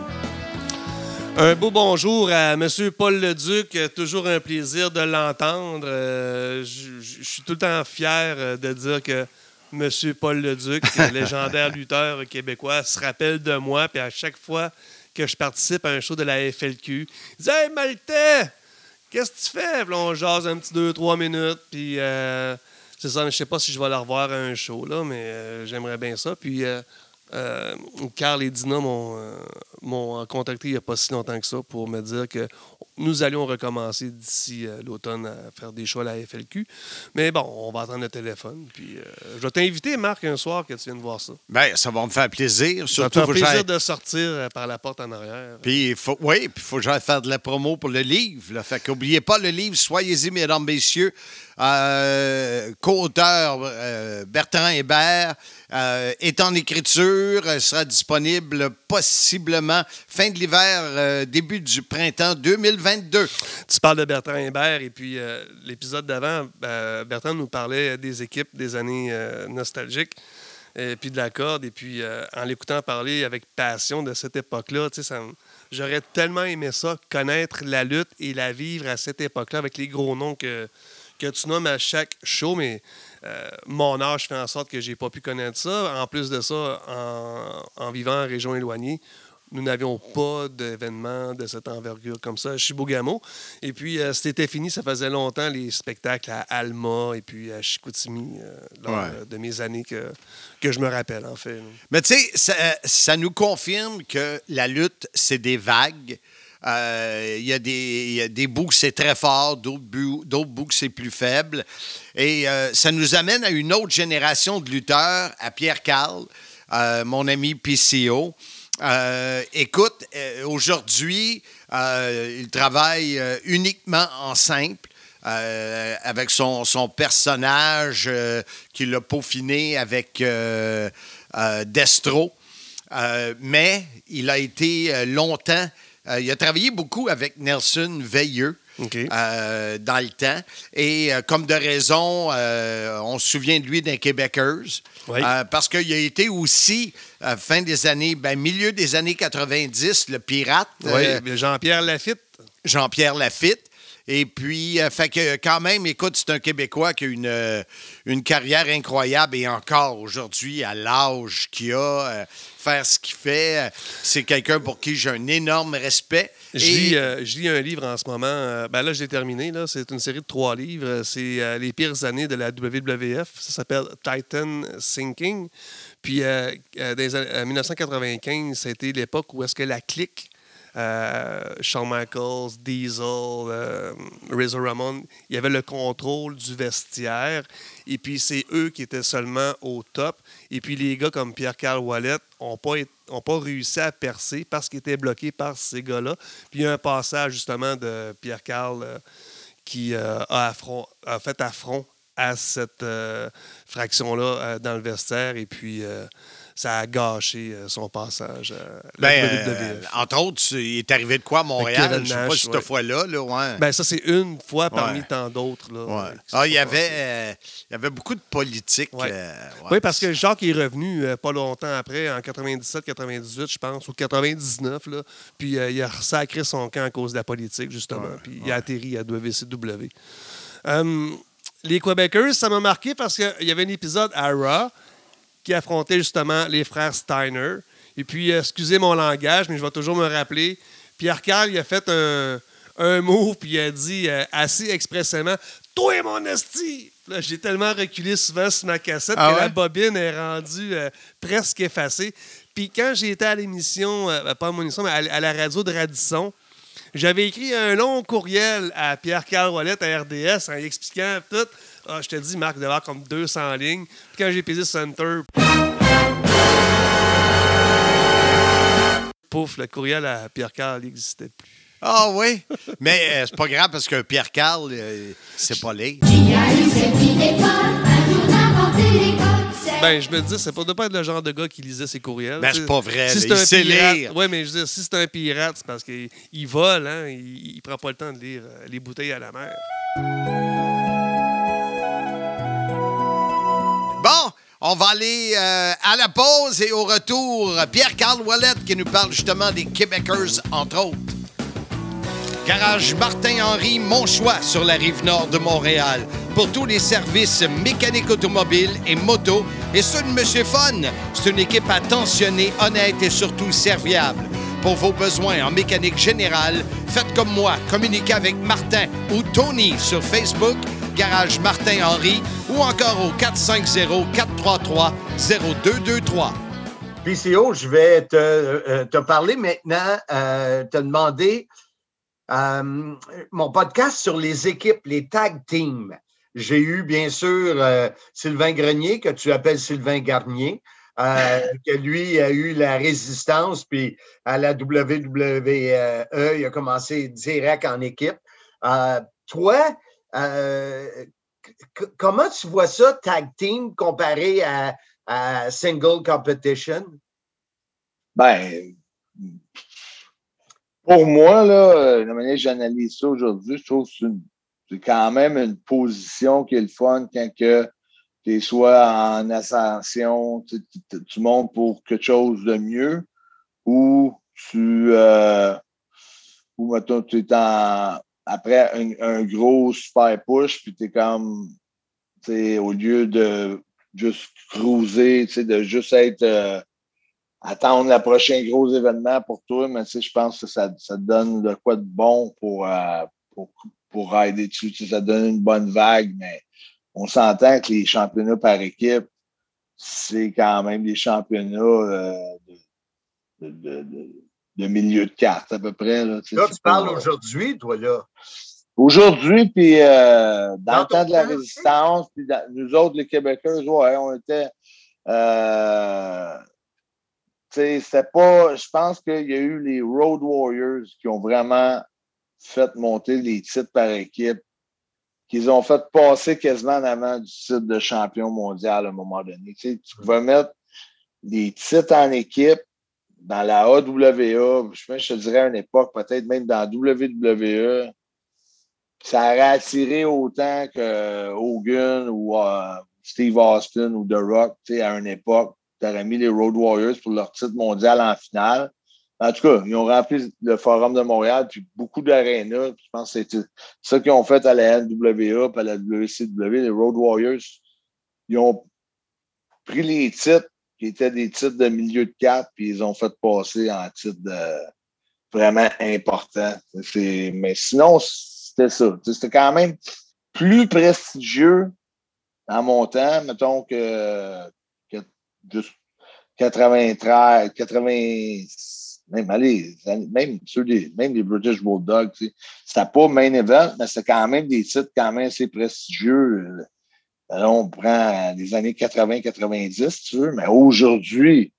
Un beau bonjour à M. Paul Leduc. Toujours un plaisir de l'entendre. Je suis tout le temps fier de dire que M. Paul Leduc, légendaire lutteur québécois, se rappelle de moi. Puis à chaque fois que je participe à un show de la FLQ, il dit « Hey, Maltais! Qu'est-ce que tu fais? » Puis là, on jase un petit 2-3 minutes. Puis c'est ça, je sais pas si je vais la revoir à un show, là, mais j'aimerais bien ça. Puis Carl et Dina m'ont contacté il n'y a pas si longtemps que ça pour me dire que nous allions recommencer d'ici l'automne à faire des shows à la FLQ. Mais bon, on va attendre le téléphone. Puis je vais t'inviter, Marc, un soir que tu viennes voir ça. Bien, ça va me faire plaisir. Ça va me faire plaisir de sortir par la porte en arrière. Puis il faut que j'aille faire de la promo pour le livre. Là. Fait qu'oubliez pas le livre, Soyez-y, mesdames, messieurs. Co-auteur Bertrand Hébert est en écriture, sera disponible possiblement fin de l'hiver, début du printemps 2022. Tu parles de Bertrand Hébert et puis l'épisode d'avant, Bertrand nous parlait des équipes des années nostalgiques et puis de la corde et puis en l'écoutant parler avec passion de cette époque-là, tu sais, j'aurais tellement aimé ça, connaître la lutte et la vivre à cette époque-là avec les gros noms que tu nommes à chaque show, mais mon âge fait en sorte que j'ai pas pu connaître ça. En plus de ça, en vivant en région éloignée, nous n'avions pas d'événements de cette envergure comme ça à Chibougamau. Et puis, c'était fini, ça faisait longtemps, les spectacles à Alma et puis à Chicoutimi, lors de mes années que je me rappelle, en fait. Mais tu sais, ça nous confirme que la lutte, c'est des vagues. Il y a des bouts que c'est très fort, d'autres bouts que c'est plus faible. Et ça nous amène à une autre génération de lutteurs, à Pierre Carl, mon ami PCO. Écoute, aujourd'hui, il travaille uniquement en simple. Avec son personnage qu'il a peaufiné avec Destro. Mais il a été longtemps... il a travaillé beaucoup avec Nelson Veilleux dans le temps. Et comme de raison, on se souvient de lui dans Québécois. Oui. Parce qu'il a été aussi, fin des années, milieu des années 90, le pirate. Oui, Jean-Pierre Lafitte. Jean-Pierre Lafitte. Et puis, fait que quand même, écoute, c'est un Québécois qui a une carrière incroyable et encore aujourd'hui, à l'âge qu'il a, faire ce qu'il fait, c'est quelqu'un pour qui j'ai un énorme respect. Je lis un livre en ce moment. Là, je l'ai terminé. Là. C'est une série de 3 livres. C'est les pires années de la WWF. Ça s'appelle Titan Sinking. Puis, en 1995, ça a été l'époque où est-ce que la clique, Shawn Michaels, Diesel, Razor Ramon, il y avait le contrôle du vestiaire. Et puis, c'est eux qui étaient seulement au top. Et puis, les gars comme Pierre-Carl Ouellet n'ont pas réussi à percer parce qu'ils étaient bloqués par ces gars-là. Puis, il y a un passage, justement, de Pierre-Carl qui a fait affront à cette fraction-là dans le vestiaire. Et puis, ça a gâché son passage à la WWE. Entre autres, il est arrivé de quoi à Montréal? Je ne sais pas si cette fois-là. Ouais. Ben, ça, c'est une fois parmi tant d'autres. Là, il y avait beaucoup de politique. Oui, parce que Jacques est revenu pas longtemps après, en 97-98, je pense, ou 99. Là, puis il a sacré son camp à cause de la politique, justement. Puis il a atterri à WCW. Les Québécois, ça m'a marqué parce qu'il y avait un épisode à Raw qui affrontait justement les frères Steiner. Et puis, excusez mon langage, mais je vais toujours me rappeler, Pierre Carl, il a fait un move, puis il a dit assez expressément « Toi, mon esti! » Là, j'ai tellement reculé souvent sur ma cassette que la bobine est rendue presque effacée. Puis quand j'ai été à l'émission, pas à mon émission, mais à la radio de Radisson, j'avais écrit un long courriel à Pierre-Carl Ouellette à RDS en lui expliquant tout. Ah, je te dis, Marc, il devait avoir comme 200 lignes. Puis quand j'ai pesé Center, pouf, le courriel à Pierre-Carl n'existait plus. Ah oui? Mais c'est pas grave parce que Pierre-Carl, c'est pas laid. Ben, je me dis, ça ne doit pas être le genre de gars qui lisait ses courriels. Ben, c'est pas vrai. Si il sait lire. Oui, mais je veux dire, si c'est un pirate, c'est parce qu'il vole, hein, il prend pas le temps de lire les bouteilles à la mer. Bon, on va aller à la pause et au retour, Pierre-Carl Ouellette qui nous parle justement des Québécois, entre autres. Garage Martin-Henry, mon choix sur la rive nord de Montréal. Pour tous les services mécaniques automobiles et moto. Et ceux de Monsieur Fun, c'est une équipe attentionnée, honnête et surtout serviable. Pour vos besoins en mécanique générale, faites comme moi, communiquez avec Martin ou Tony sur Facebook, Garage Martin-Henry, ou encore au 450-433-0223. PCO, je vais te parler maintenant, te demander mon podcast sur les équipes, les tag teams. J'ai eu, bien sûr, Sylvain Grenier, que tu appelles Sylvain Garnier, que lui a eu la résistance, puis à la WWE, il a commencé direct en équipe. Toi, comment tu vois ça, tag team, comparé à single competition? Ben, pour moi, là, la manière que j'analyse ça aujourd'hui, je trouve que c'est quand même une position qui est le fun quand tu es soit en ascension, tu montes pour quelque chose de mieux, ou mettons, tu es après un gros super push, puis tu es comme, au lieu de juste cruiser, de juste être attendre le prochain gros événement pour toi, mais je pense que ça te donne de quoi de bon pour rider dessus. Ça donne une bonne vague, mais on s'entend que les championnats par équipe, c'est quand même des championnats de milieu de carte, à peu près. Là, tu parles aujourd'hui, toi, là. Aujourd'hui, puis dans le temps de la résistance, puis nous autres, les Québécois, on était... c'était pas... Je pense qu'il y a eu les Road Warriors qui ont vraiment fait monter les titres par équipe, qu'ils ont fait passer quasiment en avant du titre de champion mondial à un moment donné. Tu pouvais mettre les titres en équipe dans la AWA, je te dirais à une époque, peut-être même dans la WWE, ça aurait attiré autant que Hogan ou Steve Austin ou The Rock, à une époque. Tu aurais mis les Road Warriors pour leur titre mondial en finale. En tout cas, ils ont rempli le Forum de Montréal, puis beaucoup d'arénas. Je pense que c'est ça qu'ils ont fait à la NWA et à la WCW. Les Road Warriors, ils ont pris les titres qui étaient des titres de milieu de carte, puis ils ont fait passer en titres vraiment importants. Mais sinon, c'était ça. C'était quand même plus prestigieux en montant, mettons que juste 93, 80, même les British Bulldogs, c'était pas main event, mais c'était quand même des titres quand même assez prestigieux. Alors, on prend les années 80-90, si tu veux, mais aujourd'hui,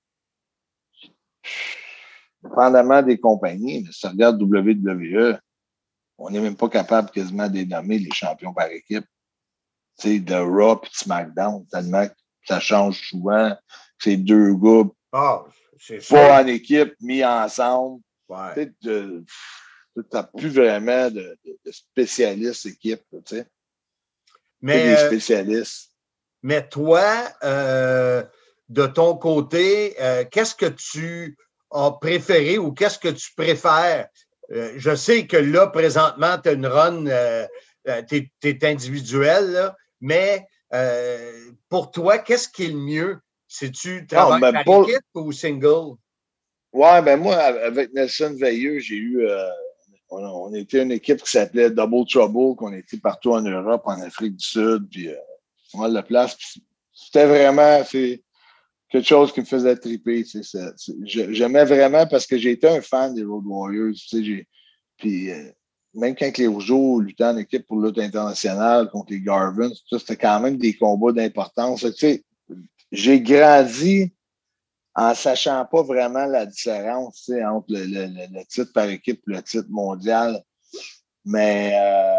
dépendamment des compagnies, mais si tu regardes WWE, on n'est même pas capable quasiment de les nommer les champions par équipe. de Raw et de SmackDown, tellement que ça change souvent. C'est deux gars pas en équipe, mis ensemble. Ouais. Tu n'as plus vraiment de spécialistes équipe. Mais des spécialistes. Mais toi, de ton côté, qu'est-ce que tu as préféré ou qu'est-ce que tu préfères? Je sais que là, présentement, tu as une run, tu es individuel, là, mais pour toi, qu'est-ce qui est le mieux? C'est-tu travail par équipe ou single? Ouais, ben moi, avec Nelson Veilleux, j'ai eu. On était une équipe qui s'appelait Double Trouble, qu'on était partout en Europe, en Afrique du Sud, puis pas mal de place. C'était vraiment quelque chose qui me faisait triper. J'aimais vraiment parce que j'ai été un fan des Road Warriors. Puis même quand les Rougeaux luttaient en équipe pour lutte internationale contre les Garvins, c'était quand même des combats d'importance. J'ai grandi en ne sachant pas vraiment la différence entre le titre par équipe et le titre mondial. Mais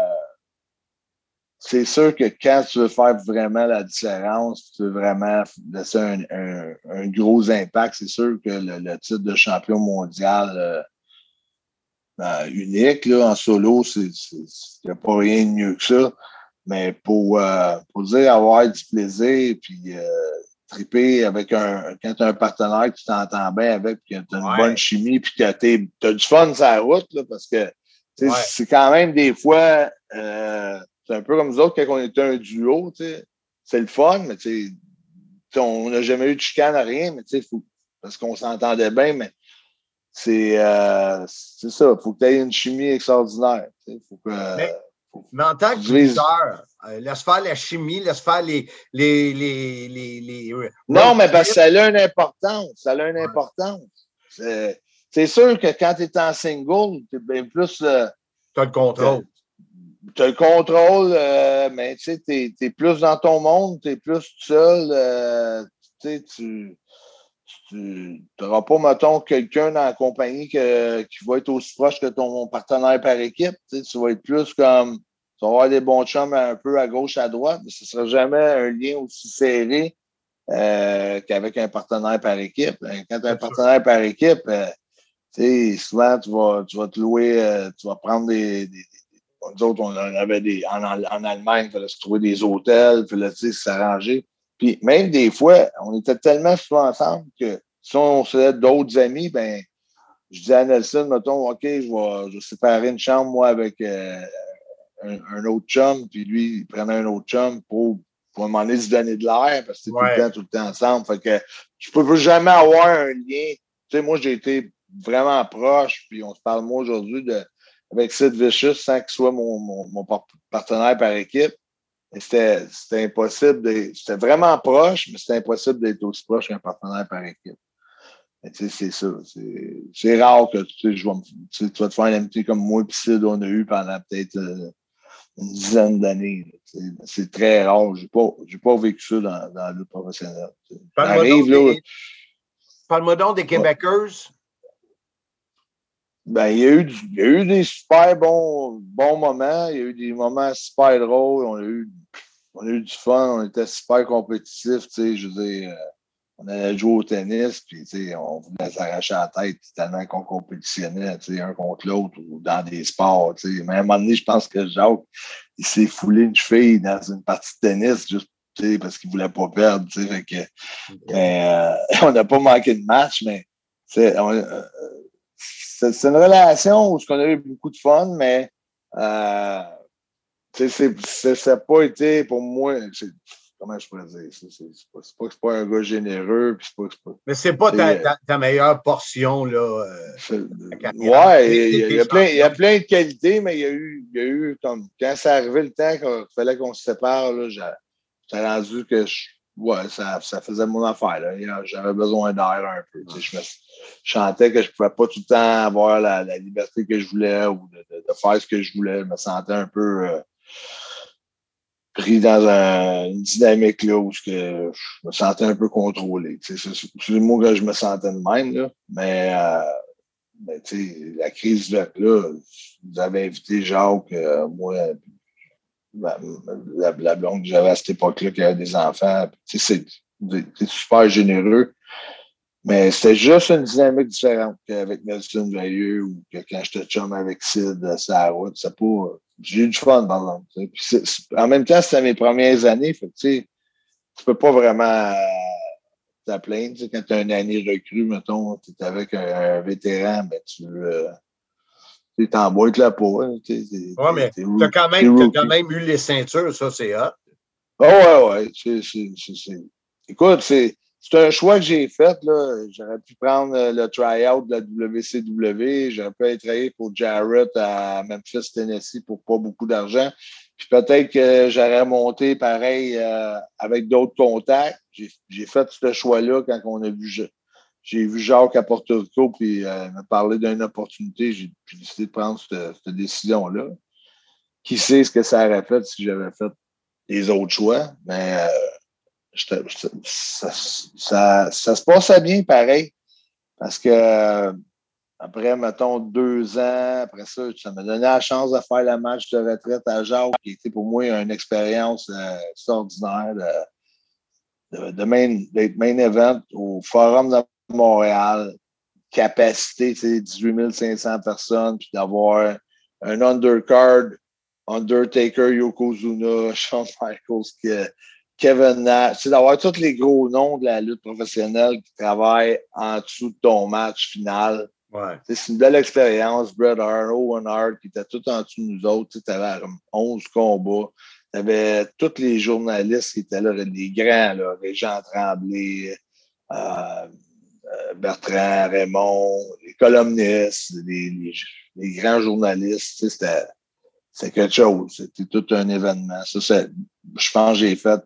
c'est sûr que quand tu veux faire vraiment la différence, tu veux vraiment laisser un gros impact, c'est sûr que le titre de champion mondial unique, là, en solo, il n'y a pas rien de mieux que ça. Mais pour dire avoir du plaisir, puis triper avec quand tu as un partenaire que tu t'entends bien avec, puis que tu as une bonne chimie, puis que tu as du fun sur la route, là, parce que c'est quand même des fois, c'est un peu comme nous autres quand on était un duo, c'est le fun, mais on n'a jamais eu de chicane à rien, mais parce qu'on s'entendait bien, mais c'est ça, il faut que tu aies une chimie extraordinaire. Mais en tant que lutteur, laisse faire la chimie, laisse faire les non, mais parce que ça a une importance. Ça a une importance. C'est sûr que quand tu es en single, tu es bien plus. Tu as le contrôle. Tu as le contrôle, mais tu es plus dans ton monde, tu es plus tout seul. Tu n'auras pas, mettons, quelqu'un dans la compagnie qui va être aussi proche que ton partenaire par équipe. Tu vas être plus comme. Tu vas avoir des bons chums un peu à gauche, à droite, mais ce ne sera jamais un lien aussi serré qu'avec un partenaire par équipe. Quand tu as un partenaire par équipe, souvent, tu vas te louer, tu vas prendre nous autres, on avait en Allemagne, il fallait se trouver des hôtels, il fallait s'arranger. Puis même des fois, on était tellement souvent ensemble que si on faisait d'autres amis, ben je disais à Nelson, mettons, OK, je vais séparer une chambre, moi, avec un autre chum, puis lui, il prenait un autre chum pour un moment donné se donner de l'air, parce que c'est tout le temps ensemble. Fait que je peux jamais avoir un lien. Moi, j'ai été vraiment proche, puis on se parle, moi, aujourd'hui, avec Sid Vicious, sans qu'il soit mon partenaire par équipe. C'était impossible. C'était vraiment proche, mais c'était impossible d'être aussi proche qu'un partenaire par équipe. C'est ça. C'est rare que tu vas te faire une amitié comme moi et Sid, on a eu pendant peut-être une dizaine d'années. C'est très rare. Je n'ai pas vécu ça dans la lutte professionnelle. Parle-moi donc des Québécoises. Ben, il y a eu des super bons moments. Il y a eu des moments super drôles. On a eu du fun. On était super compétitifs. Je veux dire, on allait jouer au tennis, puis on voulait s'arracher la tête tellement qu'on compétitionnait un contre l'autre ou dans des sports. Mais à un moment donné, je pense que Jacques, il s'est foulé une cheville dans une partie de tennis juste parce qu'il ne voulait pas perdre. Fait que, on n'a pas manqué de match, mais c'est une relation où on a eu beaucoup de fun, mais ça n'a pas été pour moi. Comment je pourrais dire? C'est pas que c'est pas un gars généreux. Mais c'est pas ta meilleure portion, là. Ouais, il y a plein de qualités, mais il y a eu comme quand c'est arrivé le temps qu'il fallait qu'on se sépare, là, j'ai rendu que ça faisait mon affaire. Là. J'avais besoin d'air un peu. Je chantais que je ne pouvais pas tout le temps avoir la liberté que je voulais ou de faire ce que je voulais. Je me sentais un peu pris dans une dynamique là, où je me sentais un peu contrôlé. C'est le mot que je me sentais de même. Là. Mais la crise verte, là, vous avez invité Jacques, moi, la blonde que j'avais à cette époque-là, qui avait des enfants. C'est super généreux. Mais c'était juste une dynamique différente qu'avec Nelson Veilleux ou que quand j'étais chum avec Sid sur la route. C'est pas... J'ai eu du fun, par exemple. Puis en même temps, c'était mes premières années. Fait que, tu peux pas vraiment te plaindre. Quand tu as une année recrue, mettons, tu es avec un vétéran, ben tu t'emboîtes la peau. Hein, oui, mais tu as quand même eu les ceintures, ça, c'est hot. Oh, ouais. Écoute, c'est un choix que j'ai fait. Là. J'aurais pu prendre le try-out de la WCW. J'aurais pu aller travailler pour Jarrett à Memphis, Tennessee pour pas beaucoup d'argent. Puis peut-être que j'aurais monté pareil avec d'autres contacts. J'ai fait ce choix-là quand j'ai vu Jacques à Porto Rico puis il m'a parlé d'une opportunité. J'ai décidé de prendre cette décision-là. Qui sait ce que ça aurait fait si j'avais fait les autres choix? Mais ça se passait bien pareil. Parce que après, mettons, 2 ans, après ça m'a donné la chance de faire le match de retraite à Jacques, qui était pour moi une expérience extraordinaire d'être main event au Forum de Montréal, capacité, 18 500 personnes, puis d'avoir un undercard, Undertaker, Yokozuna, Shawn Michaels, Kevin Nash, d'avoir tous les gros noms de la lutte professionnelle qui travaillent en dessous de ton match final. Ouais. C'est une belle expérience. Bret Hart, Owen Hart, qui étaient tout en dessous de nous autres. Tu avais 11 combats. Tu avais tous les journalistes qui étaient là, les grands, là, Régent Tremblay, Bertrand, Raymond, les columnistes, les grands journalistes. C'était quelque chose. C'était tout un événement. Ça, je pense que j'ai fait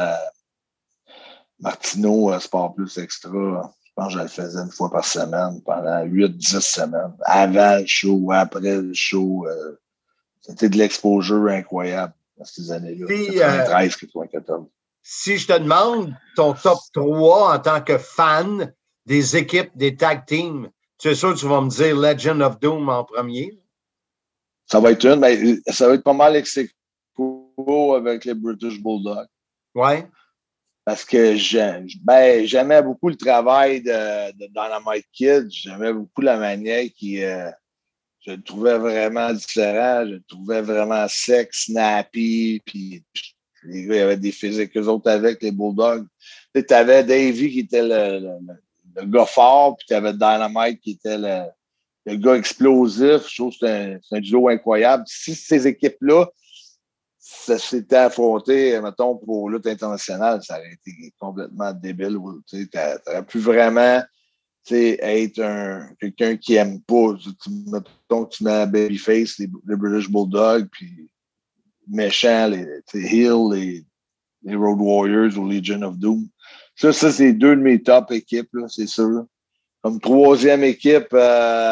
Martineau, Sport Plus Extra. Je pense que je le faisais une fois par semaine pendant 8-10 semaines. Avant le show, après le show. C'était de l'exposure incroyable dans ces années-là. 93-94. Si je te demande ton top 3 en tant que fan des équipes, des tag teams, tu es sûr que tu vas me dire Legend of Doom en premier? Ça va être ça va être pas mal ex-aequo avec les British Bulldogs. Ouais. Parce que j'aimais beaucoup le travail de Dynamite Kid. J'aimais beaucoup la manière je le trouvais vraiment différent. Je le trouvais vraiment sec, snappy. Puis les gars, il y avait des physiques. Eux autres avec les Bulldogs. Tu avais Davey qui était le gars fort. Puis tu avais Dynamite qui était le gars explosif. Je trouve que c'est un duo incroyable. Si ces équipes-là, ça s'était affronté, mettons, pour lutte internationale, ça aurait été complètement débile. Tu aurais pu vraiment être quelqu'un qui aime pas. Mettons que tu mets Babyface, les British Bulldogs, puis méchant, les Hill, les Road Warriors ou Legion of Doom. Ça c'est 2 de mes top équipes, là, c'est sûr. Comme 3e équipe, tu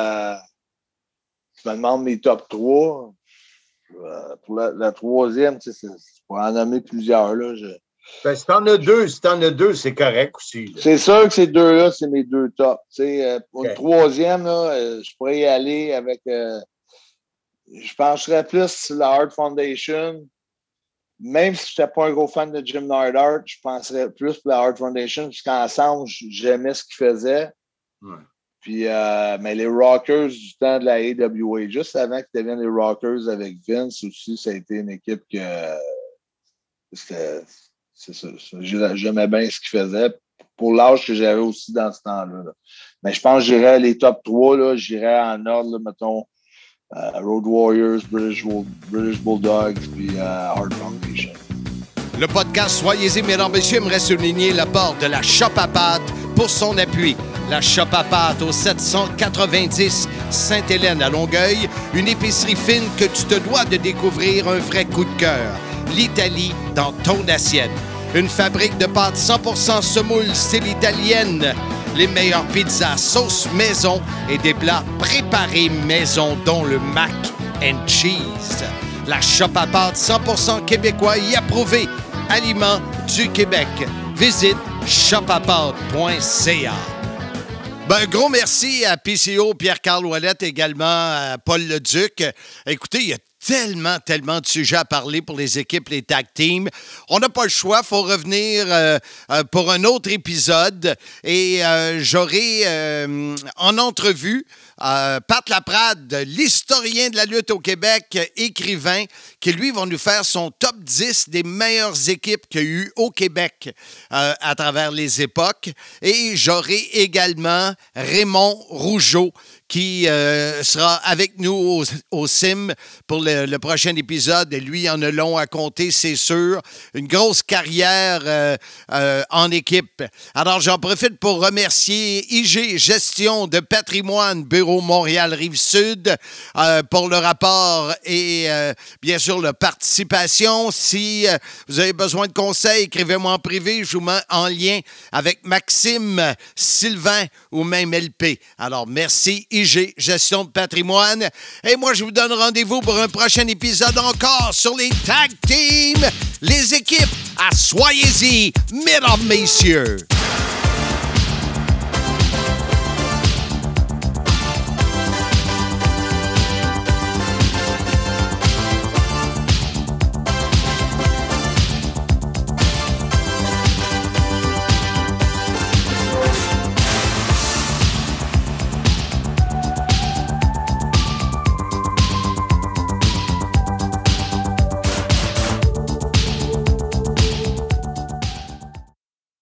me demandes mes top 3. Pour la 3e, tu peux en nommer plusieurs. Là, si t'en as 2, c'est correct aussi. Là. C'est sûr que ces 2-là, c'est mes 2 tops. Pour une 3e, là, je pourrais y aller avec... je pencherais plus sur la Hart Foundation. Même si je n'étais pas un gros fan de Jim Neidhart, je penserais plus pour la Hart Foundation, puisqu'ensemble, j'aimais ce qu'ils faisaient. Ouais. Puis, mais les Rockers du temps de la AWA, juste avant qu'ils deviennent les Rockers avec Vince aussi, ça a été une équipe que j'aimais bien ce qu'ils faisaient pour l'âge que j'avais aussi dans ce temps-là. Là. Mais je pense que j'irais les top 3, là, j'irais en ordre, là, mettons, Road Warriors, British Bulldogs, puis Hart Foundation. Le podcast Soyez-y, mesdames et messieurs, aimerait souligner l'apport de la Shop à pâte pour son appui. La Shop à pâte au 790 Sainte-Hélène à Longueuil, une épicerie fine que tu te dois de découvrir, un vrai coup de cœur. L'Italie dans ton assiette. Une fabrique de pâtes 100% semoule style italienne. Les meilleures pizzas sauce maison et des plats préparés maison, dont le mac and cheese. La Shop à pâte 100% québécois y approuvé. Aliments du Québec. Visite shopapâte.ca. Un gros merci à PCO, Pierre-Carl Ouellette, également à Paul Leduc. Écoutez, il y a tellement de sujets à parler pour les équipes, les tag teams. On n'a pas le choix, il faut revenir pour un autre épisode. Et j'aurai en entrevue Pat Laprade, l'historien de la lutte au Québec, écrivain, qui lui va nous faire son top 10 des meilleures équipes qu'il y a eu au Québec à travers les époques. Et j'aurai également Raymond Rougeau, qui sera avec nous au CIM pour le prochain épisode. Et lui, il en a long à compter, c'est sûr. Une grosse carrière en équipe. Alors, j'en profite pour remercier IG Gestion de Patrimoine, Bureau Montréal-Rive-Sud, pour le rapport et, bien sûr, la participation. Si vous avez besoin de conseils, écrivez-moi en privé. Je vous mets en lien avec Maxime, Sylvain ou même LP. Alors, merci IG Gestion de Patrimoine. Et moi, je vous donne rendez-vous pour un prochain épisode encore sur les tag teams, les équipes. Soyez-y, mesdames, messieurs.